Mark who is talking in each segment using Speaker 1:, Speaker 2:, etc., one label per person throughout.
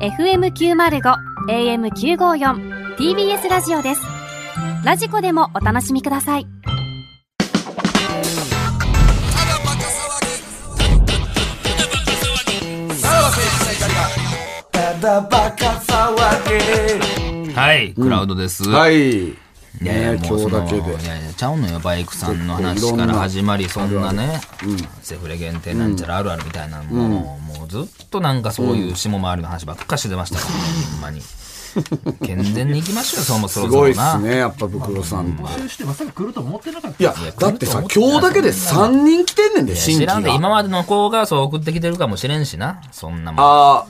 Speaker 1: FM905 AM954 TBS ラジオです。ラジコでもお楽しみください。
Speaker 2: はい、クラウドです。
Speaker 3: はい。
Speaker 2: いやいや、もうその
Speaker 3: 今日だけで。
Speaker 2: いやいや、ちゃうのよ、バイクさんの話から始まり、そんなね、セフレ限定なんちゃらあるあるみたいなのも、もうずっとなんかそういう下回りの話ばっかしてましたから、ほんまに。健全に行きましょうよ、そろそろな。
Speaker 3: すごいっすね、やっぱ袋さんって。
Speaker 4: まさか来ると思ってなかった。
Speaker 3: いや、だってさ、今日だけで3人来てんねんで、新規が。
Speaker 2: 知らんで、今までの子がそう送ってきてるかもしれんしな、そんなもん。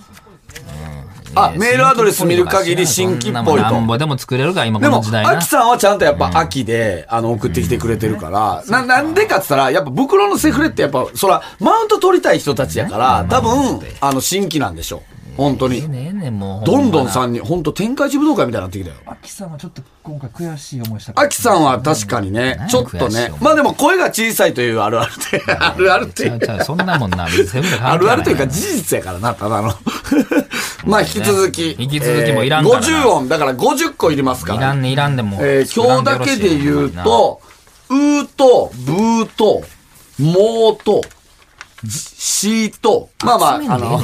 Speaker 3: メールアドレス見る限り新規っぽいと。
Speaker 2: なんぼでも作れるか、今この時代な。
Speaker 3: でも、秋さんはちゃんとやっぱ秋で、送ってきてくれてるから、なんでかって言ったら、やっぱ袋のセフレってやっぱ、そら、マウント取りたい人たちやから、多分、新規なんでしょ。本当に。どんどん3人、本当天下一武道会みたいになってきたよ。
Speaker 4: 秋さんはちょっと今回悔しい思いしたから。
Speaker 3: 秋さんは確かにね、ちょっとね。まあでも声が小さいというあるあるで、あるあるって。
Speaker 2: そんなもんな、
Speaker 3: あるあるというか事実やからな、ただの。まあ引き続き。
Speaker 2: 引き続きもいらんからな。
Speaker 3: 50音、だから50個いりますから。
Speaker 2: いらんでも。
Speaker 3: 今日だけで言うと、うーと、ぶーと、もーと、シート。まあまあ、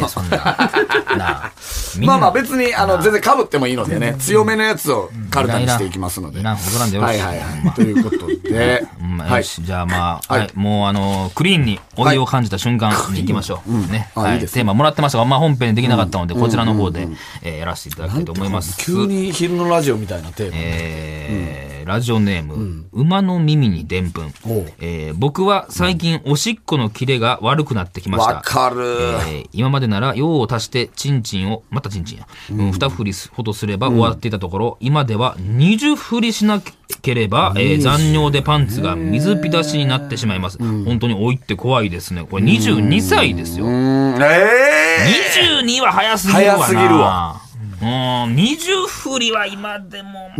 Speaker 3: まあまあ別に、全然被ってもいいのでね、強めのやつをカルタにしていきますので。はいはいはい。ということで。
Speaker 2: はい。じゃあまあ、もうクリーンに老いを感じた瞬間に行きましょう。ね。はい。テーマもらってましたが、まあ本編できなかったので、こちらの方でやらせていただきたいと思います。
Speaker 3: 急に昼のラジオみたいなテーマ。
Speaker 2: ラジオネーム、馬の耳にでんぷん。僕は最近おしっこのキレが悪くなってきました。
Speaker 3: わかる。
Speaker 2: 今までなら用を足してチンチンを、またチンチンや、2振りほどすれば終わっていたところ、今では20振りしなければ、残尿でパンツが水浸しになってしまいます。本当に老いって怖いですね。これ22歳ですよ。22は早すぎるわな。早すぎるわ。20振りは今でも。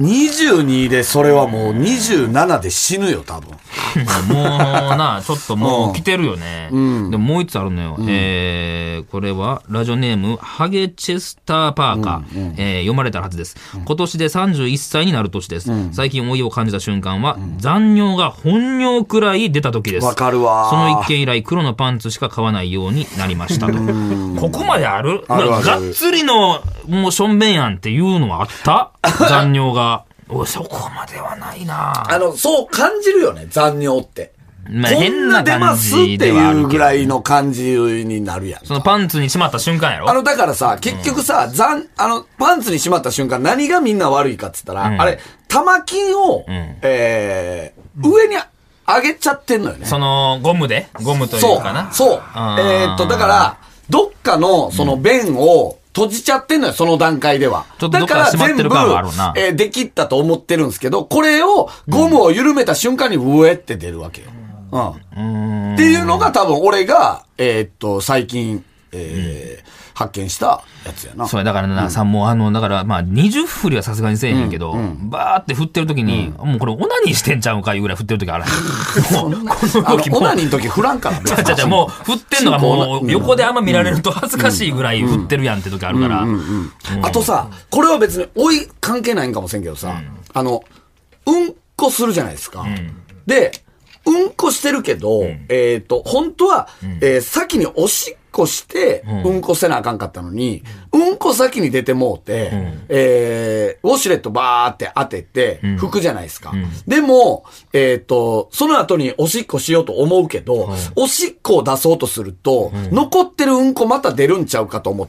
Speaker 3: 22でそれはもう27で死ぬよ、多分。
Speaker 2: もうな、ちょっともう来てるよね。でももう一つあるのよ。これはラジオネーム、ハゲチェスターパーカー。読まれたはずです。今年で31歳になる年です。最近老いを感じた瞬間は、残尿が本尿くらい出た時です。
Speaker 3: わかるわ。
Speaker 2: その一件以来、黒のパンツしか買わないようになりましたと。ここまである？がっつりの、もうしょんべんやんっていうのはあった残尿が。そこまではないな。
Speaker 3: そう感じるよね、残尿って。
Speaker 2: まあ、変な感じ
Speaker 3: っていうぐらいの感じになるやん。
Speaker 2: そのパンツにしまった瞬間やろ？
Speaker 3: だからさ、結局さ、パンツにしまった瞬間、何がみんな悪いかって言ったら、あれ、玉金を、上に上げちゃってんのよね。
Speaker 2: その、ゴムというかな。
Speaker 3: そう。だから、どっかの、その弁を、閉じちゃってんのよ、その段階では。だから全部、できったと思ってるんですけど、これを、ゴムを緩めた瞬間に、うえって出るわけよ。っていうのが多分、俺が、最近、発見したやつやな。
Speaker 2: そうや、だからな、もうだからまあ20振りはさすがにせえへんけど、バーって振ってる時に、もうこれオナニーしてんちゃうかいうぐらい振ってる時ある。
Speaker 3: オナニーの時振らんから
Speaker 2: ね。もう振ってんのがもう横であんま見られると恥ずかしいぐらい振ってるやんって時あるから。
Speaker 3: あとさ、これは別に老い関係ないんかもしれんけどさ、うんこするじゃないですか。で、うんこしてるけど、本当は、先におしっこして、うんこせなあかんかったのに、うんこ先に出てもうて、ウォシュレットバーって当てて、拭くじゃないですか。でも、その後におしっこしようと思うけど、おしっこを出そうとすると、残ってるうんこまた出るんちゃうかと思って、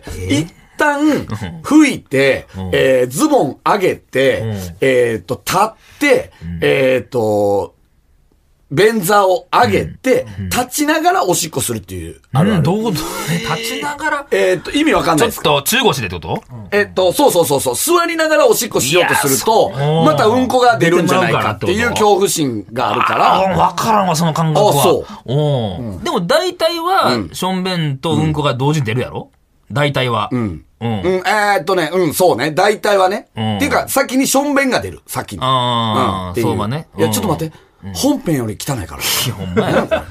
Speaker 3: 一旦拭いて、ズボン上げて、立って、便座を上げて、立ちながらおしっこするっていう。
Speaker 2: どう立ちながら
Speaker 3: 意味わかんないですか？
Speaker 2: ちょっと中腰でってこと？
Speaker 3: そう。座りながらおしっこしようとすると、またうんこが出るんじゃないかっていう恐怖心があるから。
Speaker 2: わからんわ、その感覚は。そう。でも大体は、しょんべんとうんこが同時に出るやろ？大体は。
Speaker 3: そうね。大体はね。っていうか、先にしょんべんが出る。先に。
Speaker 2: そうだね。
Speaker 3: いや、ちょっと待って。本編より汚いから。
Speaker 2: ほんまや。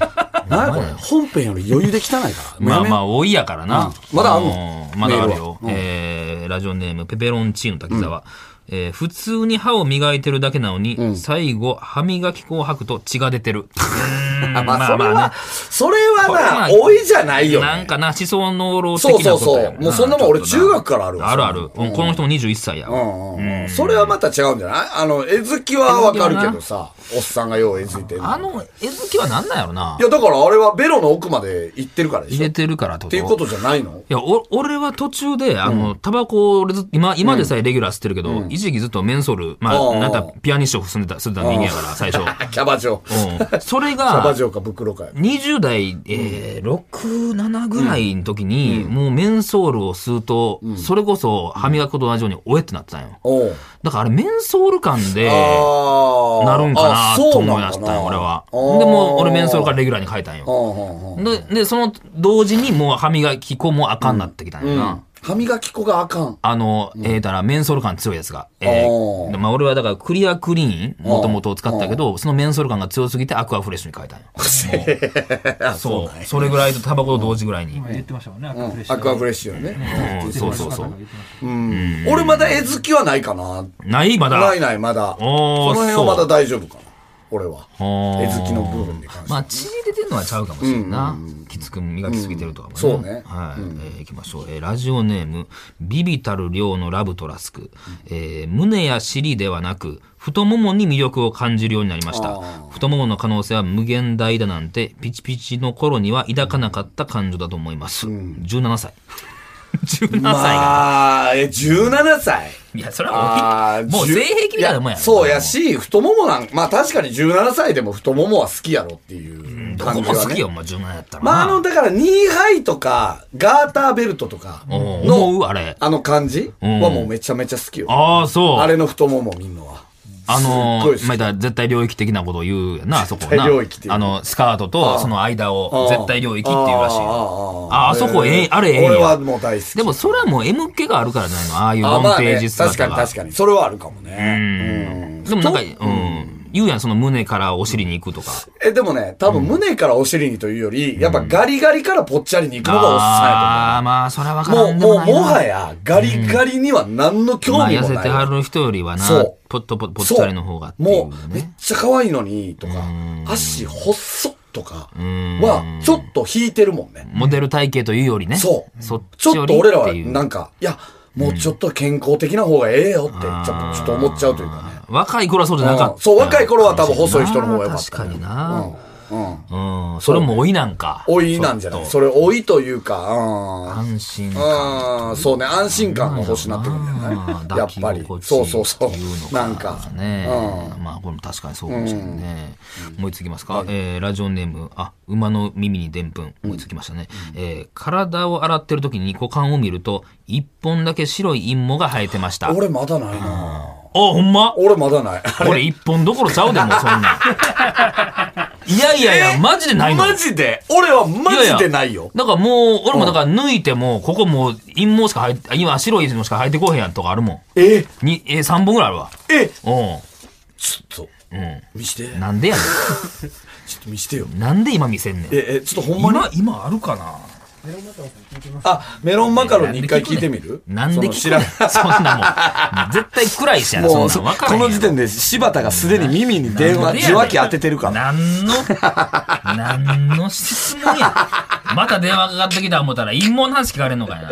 Speaker 3: なこれ本編より余裕で汚いから。
Speaker 2: まあまあ、多いやからな。
Speaker 3: まだあんの？
Speaker 2: まだあるよ。ラジオネーム、ペペロンチーノ滝沢。普通に歯を磨いてるだけなのに、最後、歯磨き粉を吐くと血が出てる。
Speaker 3: まあ、それはな、多いじゃないよ。
Speaker 2: なんかな、思想濃漏的なことやもんな。
Speaker 3: もうそんなもん俺中学からあるわ。
Speaker 2: あるある。この人も21歳や。
Speaker 3: それはまた違うんじゃない？絵付きはわかるけどさ、おっさんがよう絵付いてる。
Speaker 2: 絵付きはなんなんやろな。
Speaker 3: いや、だからあれはベロの奥まで行ってるからでしょ。
Speaker 2: 入れてるからってこと？
Speaker 3: っていうことじゃないの？
Speaker 2: いや、俺は途中で、タバコ、俺今でさえレギュラー吸ってるけど、一時期ずっとメンソール、まあ、なんだ、ピアニッシュを住んでた人間やから、最初。
Speaker 3: キャバ嬢。
Speaker 2: それが、
Speaker 3: キャバ嬢か袋か。
Speaker 2: 20代、6、7ぐらいの時に、もうメンソールを吸うと、それこそ歯磨き粉と同じようにおえってなってたんよ。だからあれメンソール感で、なるんかなと思い出したんよ、俺は。で、もう俺メンソールからレギュラーに変えたんよ。で、その同時にもう歯磨き粉もあかんなってきたんよな。
Speaker 3: 歯磨き粉があかん。
Speaker 2: だからメンソール感強いやつが。まあ俺はだからクリアクリーン、もともと使ったけど、そのメンソール感が強すぎてアクアフレッシュに変えたんよ。そう。それぐらいとタバコと同時ぐらいに。
Speaker 4: 今言ってましたもんね、アクアフレッシュ。
Speaker 3: アクアフレッシュよね。
Speaker 2: そう。
Speaker 3: 俺まだ絵付きはないかな。
Speaker 2: ないまだ。
Speaker 3: ない、まだ。その辺はまだ大丈夫かな。俺は。絵付きの部分に関して。
Speaker 2: まあ、血出てんのはちゃうかもしれんな。きつく磨きすぎてるとかもね。
Speaker 3: そうね。
Speaker 2: はい。行きましょう。ラジオネーム、ビビたる量のラブトラスク。胸や尻ではなく、太ももに魅力を感じるようになりました。太ももの可能性は無限大だなんて、ピチピチの頃には抱かなかった感情だと思います。17歳。17歳が。
Speaker 3: まあ、17歳。
Speaker 2: いや、それはもう性癖みたいなもんやろ。
Speaker 3: そうやし、太ももまあ確かに17歳でも太ももは好きやろっていう感じはね。
Speaker 2: 好きよ、17やったら。
Speaker 3: まあだから、ニーハイとか、ガーターベルトとか
Speaker 2: の、あれ。
Speaker 3: 感じはもうめちゃめちゃ好きよ。
Speaker 2: ああ、そう。
Speaker 3: あれの太もも見んのは。
Speaker 2: まあ、絶対領域的なことを言うやな、あそこな。スカートとその間を絶対領域っていうらしいよ。あそこあれええやん。
Speaker 3: 俺はもう大好き。
Speaker 2: でもそれはもう M 気があるからじゃないの、ああいうロンページ姿が。
Speaker 3: 確かに。それはあるかもね。
Speaker 2: でもなんか、言うやん、その胸からお尻に行くとか。
Speaker 3: でもね、多分胸からお尻にというより、やっぱガリガリからぽっちゃりに行くのがおっさんやと思う。
Speaker 2: ああ、まあ、それはわからんでもないな。
Speaker 3: もはや、ガリガリには何の興味もない。
Speaker 2: 痩せてはる人よりはな、ぽっちゃりの方がっていう。
Speaker 3: もう、めっちゃ可愛いのに、とか、足細っとかは、ちょっと引いてるもんね。
Speaker 2: モデル体型というよりね。
Speaker 3: そう。ちょっと俺らは、なんか、いや、もうちょっと健康的な方がええよって、ちょっと思っちゃうというかね。
Speaker 2: 若い頃はそうじゃなかった。
Speaker 3: そう、若い頃は多分細い人の方が良かった。
Speaker 2: 確かにな。それも老いなんか。
Speaker 3: 老いなんじゃない？それ老いというか、
Speaker 2: 安心感。
Speaker 3: そうね、安心感が欲しなってくるんだよね。やっぱり。そう。なんか。
Speaker 2: ね。まあ、これも確かにそうかもしれないね。思いつきますか？ラジオネーム、馬の耳にでんぷん。思いつきましたね。体を洗ってる時に股間を見ると、一本だけ白い陰毛が生えてました。
Speaker 3: 俺まだないな。
Speaker 2: ほんま？
Speaker 3: 俺まだない。
Speaker 2: 俺一本どころちゃうでもそんなん。いや、マジでないの？
Speaker 3: マジで？俺はマジでないよ。
Speaker 2: だからもう、俺もだから抜いても、ここもう陰毛しか今白いのしか生えてこへんやんとかあるもん。3本ぐらいあるわ。
Speaker 3: ちょっと。見して。
Speaker 2: なんでやねん。
Speaker 3: ちょっと見してよ。
Speaker 2: なんで今見せんねん。
Speaker 3: ちょっとほんまに。
Speaker 2: 今あるかな？
Speaker 3: メロンマカロンに一回聞いてみる？
Speaker 2: なんで聞くの？そんなもん。絶対暗いしやな、そんな分からへん。
Speaker 3: この時点で柴田がすでに耳に受話器当ててるから。
Speaker 2: 何の質問や。また電話かかってきた思ったら陰謀の話聞かれんのかいな。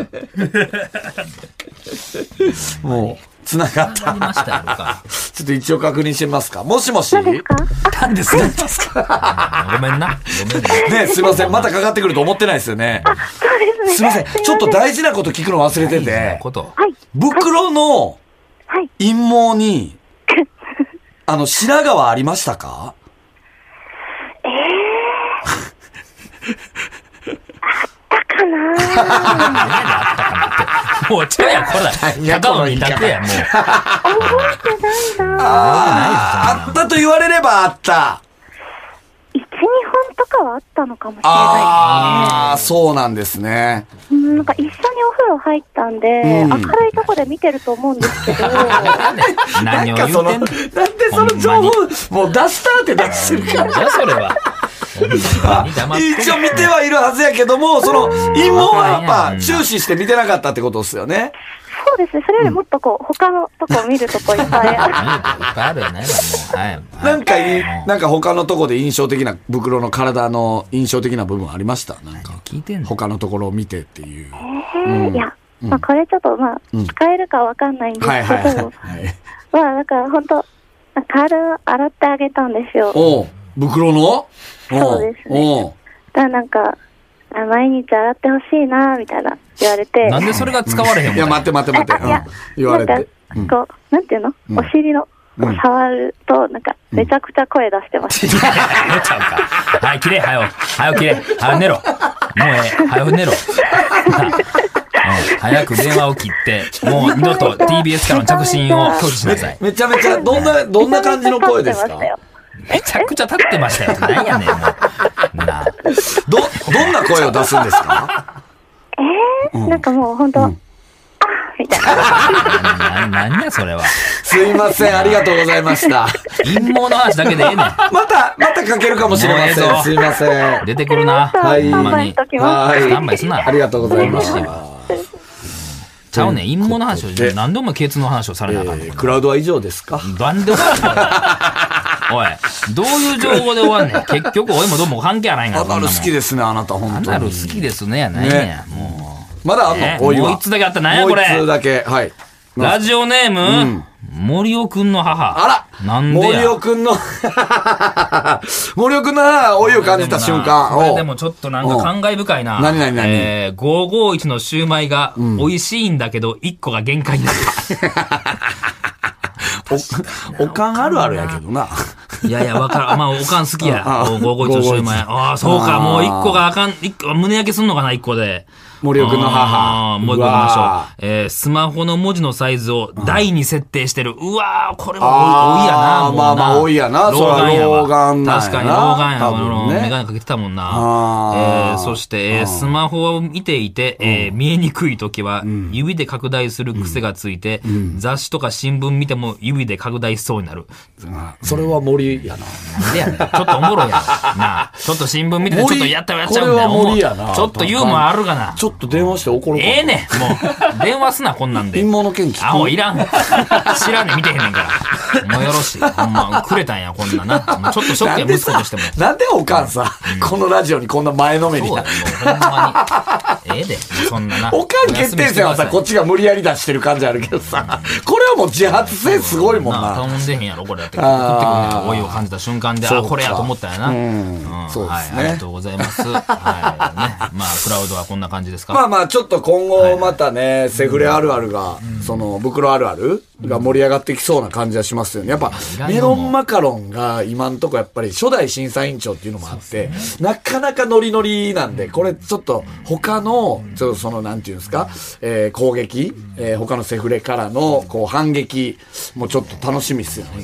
Speaker 3: もう。繋がった。ちょっと一応確認してみますか。もしもし？何ですか？
Speaker 2: ごめんな。
Speaker 3: ね、すいません。またかかってくると思ってないですよね。すいません。ちょっと大事なこと聞くの忘れてて。袋の陰毛に、白髪はありましたか？
Speaker 5: か
Speaker 2: なもうちょいや、これ高野にだけや、もう。覚
Speaker 5: えてないな。
Speaker 3: あったと言われればあった。
Speaker 5: 1、2本とかはあったのかもしれない
Speaker 3: ですね。そうなんですね。
Speaker 5: なんか一緒にお風呂入ったんで、明るいとこで見てると思うんですけど。
Speaker 2: 何を言うてんの？
Speaker 3: なんでその情報、もう出したって出してるから。
Speaker 2: それは。
Speaker 3: 一応見てはいるはずやけども、その陰謀はやっぱ注視して見てなかったってことですよね。
Speaker 5: そうですね。それよりもっと他のとこ見るとこいっぱいある。
Speaker 2: いっぱいあるよね。
Speaker 3: なんか他のとこで印象的な、袋の体の印象的な部分ありました？なんか
Speaker 2: 聞いてんの？
Speaker 3: 他のところを見てっていう。
Speaker 5: いや、まあこれちょっと使えるかわかんないんですけど、まあなんか本当体洗ってあげたんですよ。
Speaker 3: 袋の？
Speaker 5: そうですね。だからなんか毎日洗ってほしいなみたいな言われて。
Speaker 2: なんでそれが使われへんもん。
Speaker 3: いや待って。言われて。
Speaker 5: こうなんていうの？お尻の触るとなんかめちゃくちゃ声出してます。
Speaker 2: 寝ちゃうか。はい、きれい、はよきれい、はよ寝ろ。もうはよ寝ろ。早く電話を切って、もう二度と TBS からの着信を拒否しなさい。
Speaker 3: めちゃめちゃ、どんな感じの声ですか？
Speaker 2: めちゃくちゃ立ってましたよ。何やねん、もう。
Speaker 3: どんな声を出すんですか？
Speaker 5: なんかもう本当、みたいな。
Speaker 2: 何やそれは。
Speaker 3: すいません、ありがとうございました。
Speaker 2: 陰謀の話だけでええねん。
Speaker 3: またかけるかもしれません。すいません。
Speaker 2: 出てくるな。
Speaker 3: はい。
Speaker 5: スタンバイしときます。
Speaker 2: スタンバイすな。
Speaker 3: ありがとうございました。
Speaker 2: ちゃうねん、陰謀の話を、何でお前ケツの話をされなかった。
Speaker 3: クラウドは以上ですか？
Speaker 2: なんで終わるの？おい、どういう情報で終わんねん。結局、おいもどうも関係ないんから。
Speaker 3: アナル好きですね、あなた、本当に。
Speaker 2: アナル好きですね、やないねや。も
Speaker 3: う。まだあんの？
Speaker 2: もう一つだけあった。なんやこれ。
Speaker 3: もう一つだけ。はい。
Speaker 2: ラジオネーム、森尾くんの母。
Speaker 3: あら
Speaker 2: なんでや。
Speaker 3: 森尾くんのお湯を感じた瞬間。
Speaker 2: これでもちょっとなんか感慨深いな。
Speaker 3: 何
Speaker 2: 551のシューマイが美味しいんだけど、1個が限界だった。
Speaker 3: おかんあるあるやけどな。
Speaker 2: いや、わかる。まあ、おかん好きや。551のシューマイ。ああ、そうか。もう1個があかん。胸焼けすんのかな、1個で。
Speaker 3: 森尾くんの母。
Speaker 2: もう一個行きましょう。スマホの文字のサイズを大に設定してる。うわー、これは多いやな。
Speaker 3: まあ多いやな。
Speaker 2: 老眼やわ。
Speaker 3: 老眼なんやな。
Speaker 2: 確かに老眼やわ。メガネかけてたもんな。そして、スマホを見ていて、見えにくいときは、指で拡大する癖がついて、雑誌とか新聞見ても指で拡大しそうになる。
Speaker 3: それは森やな。
Speaker 2: なんでやねん。ちょっとおもろいやろ。なあ。ちょっと新聞見てて、ちょっとやったらやっちゃうんだよ。
Speaker 3: これは森やな。
Speaker 2: ちょっとユーモアあるかな。
Speaker 3: ちょっと電話して怒ろうか。
Speaker 2: ええねん、もう。電話すな、こんなんで。
Speaker 3: 陰謀の件聞く。
Speaker 2: あ、もういらん。知らんねん、見てへんねんから。もうよろしい。ほんま、くれたんや、こんなな。もうちょっとショックや、息子としても。
Speaker 3: なんでおかんさ、このラジオにこんな前のめりな。
Speaker 2: そうだよ、もうほんまに。ええで、そんなな。
Speaker 3: おかん決定戦はさ、こっちが無理やり出してる感じあるけどさ、これはもう自発性すごいもんな。
Speaker 2: 頼んでへんやろ、これだって。送ってくるねんから、老いを感じた瞬間で、あ、これやと思ったんやな。
Speaker 3: そうですね。
Speaker 2: ありがとうございます。はい。ね。まあ、クラウドはこんな感じですか？
Speaker 3: まあ、ちょっと今後またね、セフレあるあるが、その、袋あるあるが盛り上がってきそうな感じはしますよね。やっぱ、メロンマカロンが今んとこやっぱり初代審査委員長っていうのもあって、なかなかノリノリなんで、これちょっと他の、ちょっとその、なんていうんですか、攻撃、他のセフレからの、こう、反撃もちょっと楽しみっすよね。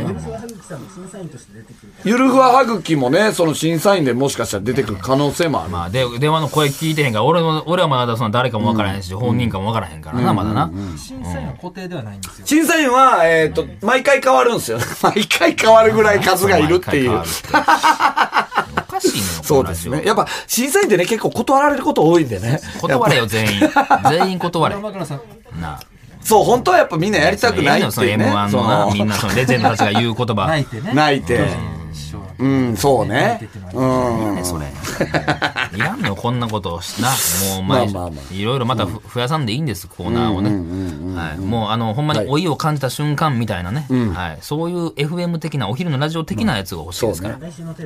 Speaker 3: ゆるふわはぐきもね、その審査員でもしかしたら出てくる可能性もある。
Speaker 2: まあ、電話の声聞いてへんから、俺はまだその誰かもわからへんし、本人かもわからへんからな、まだな。
Speaker 4: 審査員は固定ではないんですよ。
Speaker 3: 審査員は、毎回変わるんですよ。毎回変わるぐらい数がいるっていう。
Speaker 2: おかしいね。
Speaker 3: そうですね。やっぱ、審査員ってね、結構断られること多いんでね。
Speaker 2: 断れよ、全員。全員断れ。なあ。
Speaker 3: そう、本当はやっぱみんなやりたくないっていうね。
Speaker 2: M1 のな、みんなそのレジェンドたちが言う言葉。
Speaker 4: 泣いてね。
Speaker 3: 泣いて。うん、そうね。
Speaker 2: それ。いらんのこんなことをしな。もう、いろいろまた増やさんでいいんです、コーナーをね。はい。もう、ほんまに老いを感じた瞬間みたいなね。はい。そういう FM 的な、お昼のラジオ的なやつが欲しいですから。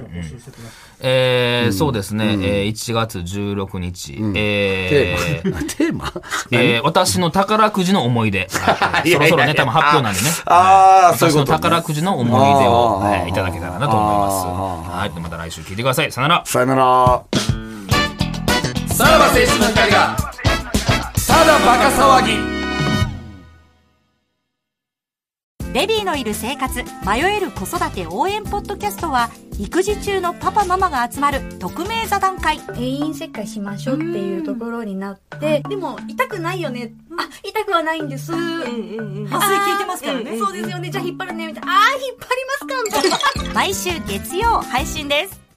Speaker 2: そうですね。1月16日。
Speaker 3: テーマ
Speaker 2: 私の宝くじの思い出。そろそろね、多分発表なんでね。私の宝くじの思い出をいただけたらなと思います。はい。また来週聞いてください。さよなら。
Speaker 3: さよなら。さらば青春の光が、ただバカ騒ぎ。
Speaker 6: ベビーのいる生活、迷える子育て応援ポッドキャストは、育児中のパパママが集まる匿名座談会。
Speaker 7: 定員切開しましょうっていうところになって、でも痛くないよね。あ、痛くはないんです。麻酔効いてますからね。そうですよね。じゃあ引っ張るねみたいな。引っ張りますかみたいな。
Speaker 6: 毎週月曜配信です。